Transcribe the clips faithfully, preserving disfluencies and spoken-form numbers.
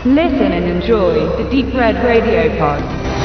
Listen and enjoy the Deep Red Radio Pod.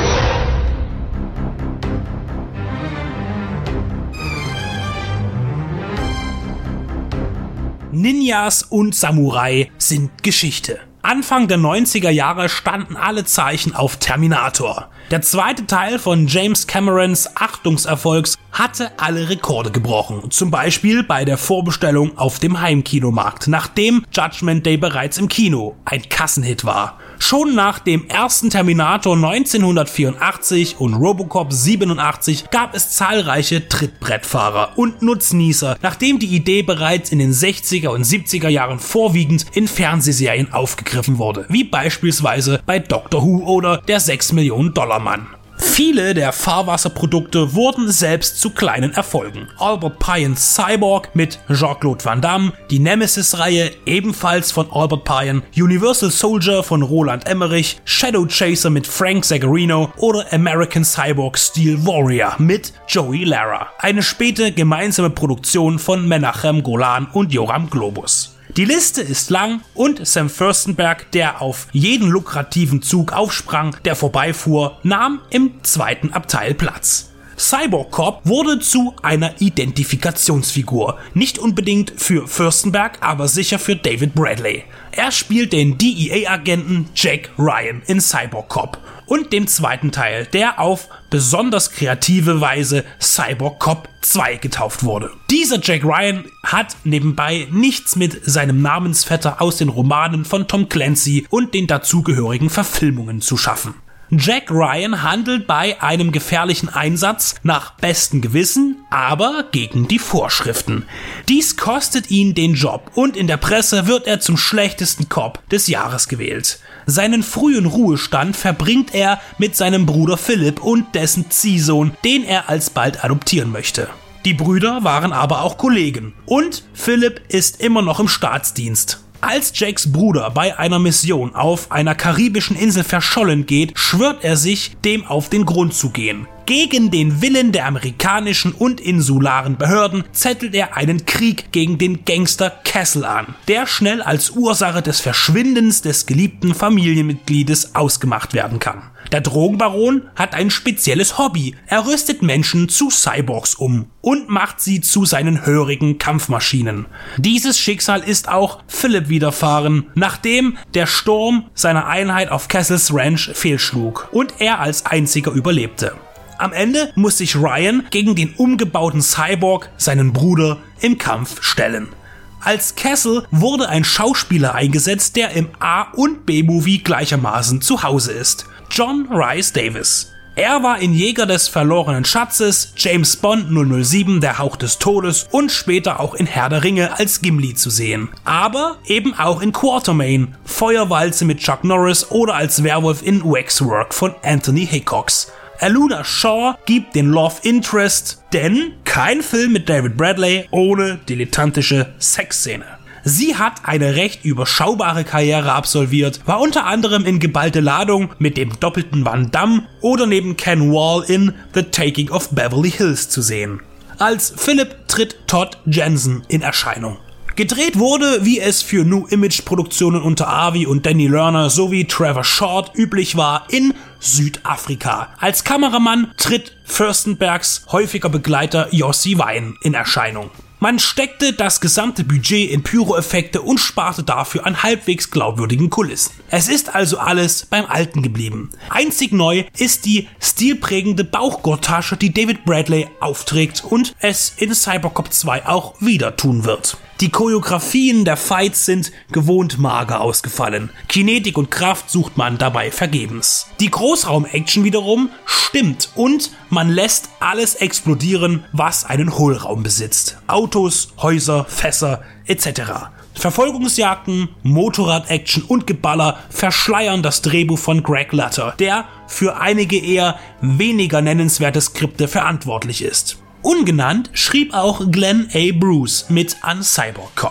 Ninjas und Samurai sind Geschichte. Anfang der neunziger Jahre standen alle Zeichen auf Terminator. Der zweite Teil von James Camerons Achtungserfolgs hatte alle Rekorde gebrochen. Zum Beispiel bei der Vorbestellung auf dem Heimkinomarkt, nachdem Judgment Day bereits im Kino ein Kassenhit war. Schon nach dem ersten Terminator neunzehnhundertvierundachtzig und Robocop siebenundachtzig gab es zahlreiche Trittbrettfahrer und Nutznießer, nachdem die Idee bereits in den sechziger und siebziger Jahren vorwiegend in Fernsehserien aufgegriffen wurde, wie beispielsweise bei Doctor Who oder der sechs Millionen Dollar Mann. Viele der Fahrwasserprodukte wurden selbst zu kleinen Erfolgen. Albert Pyons Cyborg mit Jean-Claude Van Damme, die Nemesis-Reihe ebenfalls von Albert Pyon, Universal Soldier von Roland Emmerich, Shadow Chaser mit Frank Zagarino oder American Cyborg Steel Warrior mit Joey Lara. Eine späte gemeinsame Produktion von Menachem Golan und Yoram Globus. Die Liste ist lang und Sam Firstenberg, der auf jeden lukrativen Zug aufsprang, der vorbeifuhr, nahm im zweiten Abteil Platz. Cyborg Cop wurde zu einer Identifikationsfigur, nicht unbedingt für Firstenberg, aber sicher für David Bradley. Er spielt den D E A-Agenten Jack Ryan in Cyborg Cop und dem zweiten Teil, der auf besonders kreative Weise Cyborg Cop zwei getauft wurde. Dieser Jack Ryan hat nebenbei nichts mit seinem Namensvetter aus den Romanen von Tom Clancy und den dazugehörigen Verfilmungen zu schaffen. Jack Ryan handelt bei einem gefährlichen Einsatz nach bestem Gewissen, aber gegen die Vorschriften. Dies kostet ihn den Job und in der Presse wird er zum schlechtesten Cop des Jahres gewählt. Seinen frühen Ruhestand verbringt er mit seinem Bruder Philip und dessen Ziehsohn, den er alsbald adoptieren möchte. Die Brüder waren aber auch Kollegen und Philip ist immer noch im Staatsdienst. Als Jacks Bruder bei einer Mission auf einer karibischen Insel verschollen geht, schwört er sich, dem auf den Grund zu gehen. Gegen den Willen der amerikanischen und insularen Behörden zettelt er einen Krieg gegen den Gangster Castle an, der schnell als Ursache des Verschwindens des geliebten Familienmitgliedes ausgemacht werden kann. Der Drogenbaron hat ein spezielles Hobby. Er rüstet Menschen zu Cyborgs um und macht sie zu seinen hörigen Kampfmaschinen. Dieses Schicksal ist auch Philip widerfahren, nachdem der Sturm seiner Einheit auf Castles Ranch fehlschlug und er als einziger überlebte. Am Ende muss sich Ryan gegen den umgebauten Cyborg, seinen Bruder, im Kampf stellen. Als Castle wurde ein Schauspieler eingesetzt, der im A- und B-Movie gleichermaßen zu Hause ist. John Rhys Davies. Er war in Jäger des verlorenen Schatzes, James Bond null null sieben, der Hauch des Todes und später auch in Herr der Ringe als Gimli zu sehen. Aber eben auch in Quatermain, Feuerwalze mit Chuck Norris oder als Werwolf in Waxwork von Anthony Hickox. Aluna Shaw gibt den Love Interest, denn kein Film mit David Bradley ohne dilettantische Sexszene. Sie hat eine recht überschaubare Karriere absolviert, war unter anderem in Geballte Ladung mit dem doppelten Van Damme oder neben Ken Wall in The Taking of Beverly Hills zu sehen. Als Philip tritt Todd Jensen in Erscheinung. Gedreht wurde, wie es für New Image Produktionen unter Avi und Danny Lerner sowie Trevor Short üblich war, in Südafrika. Als Kameramann tritt Firstenbergs häufiger Begleiter Yossi Wein in Erscheinung. Man steckte das gesamte Budget in Pyroeffekte und sparte dafür an halbwegs glaubwürdigen Kulissen. Es ist also alles beim Alten geblieben. Einzig neu ist die stilprägende Bauchgurttasche, die David Bradley aufträgt und es in Cyborg Cop zwei auch wieder tun wird. Die Choreografien der Fights sind gewohnt mager ausgefallen. Kinetik und Kraft sucht man dabei vergebens. Die Großraum-Action wiederum stimmt und man lässt alles explodieren, was einen Hohlraum besitzt. Autos, Häuser, Fässer et cetera. Verfolgungsjagden, Motorrad-Action und Geballer verschleiern das Drehbuch von Greg Lutter, der für einige eher weniger nennenswerte Skripte verantwortlich ist. Ungenannt schrieb auch Glenn A. Bruce mit an Cyborg Cop.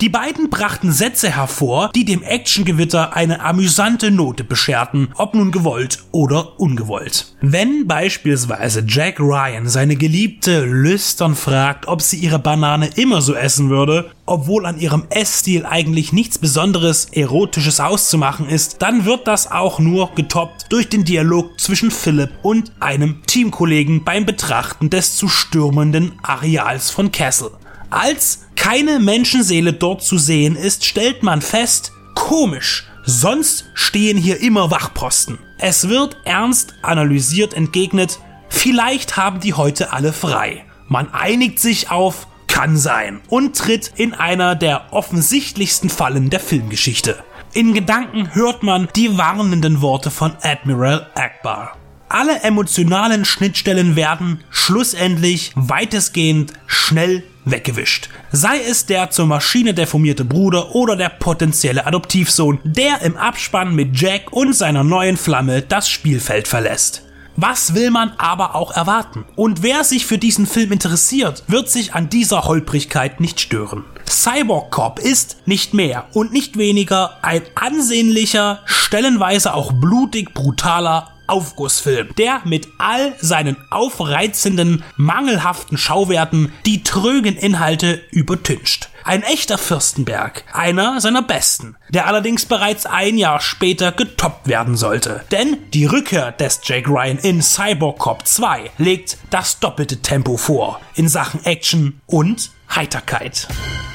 Die beiden brachten Sätze hervor, die dem Actiongewitter eine amüsante Note bescherten, ob nun gewollt oder ungewollt. Wenn beispielsweise Jack Ryan seine Geliebte lüstern fragt, ob sie ihre Banane immer so essen würde, obwohl an ihrem Essstil eigentlich nichts Besonderes Erotisches auszumachen ist, dann wird das auch nur getoppt durch den Dialog zwischen Philip und einem Teamkollegen beim Betrachten des zu stürmenden Areals von Castle. Als keine Menschenseele dort zu sehen ist, stellt man fest, komisch, sonst stehen hier immer Wachposten. Es wird ernst analysiert entgegnet, vielleicht haben die heute alle frei. Man einigt sich auf kann sein und tritt in einer der offensichtlichsten Fallen der Filmgeschichte. In Gedanken hört man die warnenden Worte von Admiral Ackbar. Alle emotionalen Schnittstellen werden schlussendlich weitestgehend schnell weggewischt. Sei es der zur Maschine deformierte Bruder oder der potenzielle Adoptivsohn, der im Abspann mit Jack und seiner neuen Flamme das Spielfeld verlässt. Was will man aber auch erwarten? Und wer sich für diesen Film interessiert, wird sich an dieser Holprigkeit nicht stören. Cyborg Cop ist nicht mehr und nicht weniger ein ansehnlicher, stellenweise auch blutig brutaler Aufgussfilm, der mit all seinen aufreizenden, mangelhaften Schauwerten die trögen Inhalte übertüncht. Ein echter Fürstenberg, einer seiner besten, der allerdings bereits ein Jahr später getoppt werden sollte. Denn die Rückkehr des Jack Ryan in Cyborg Cop zwei legt das doppelte Tempo vor in Sachen Action und Heiterkeit.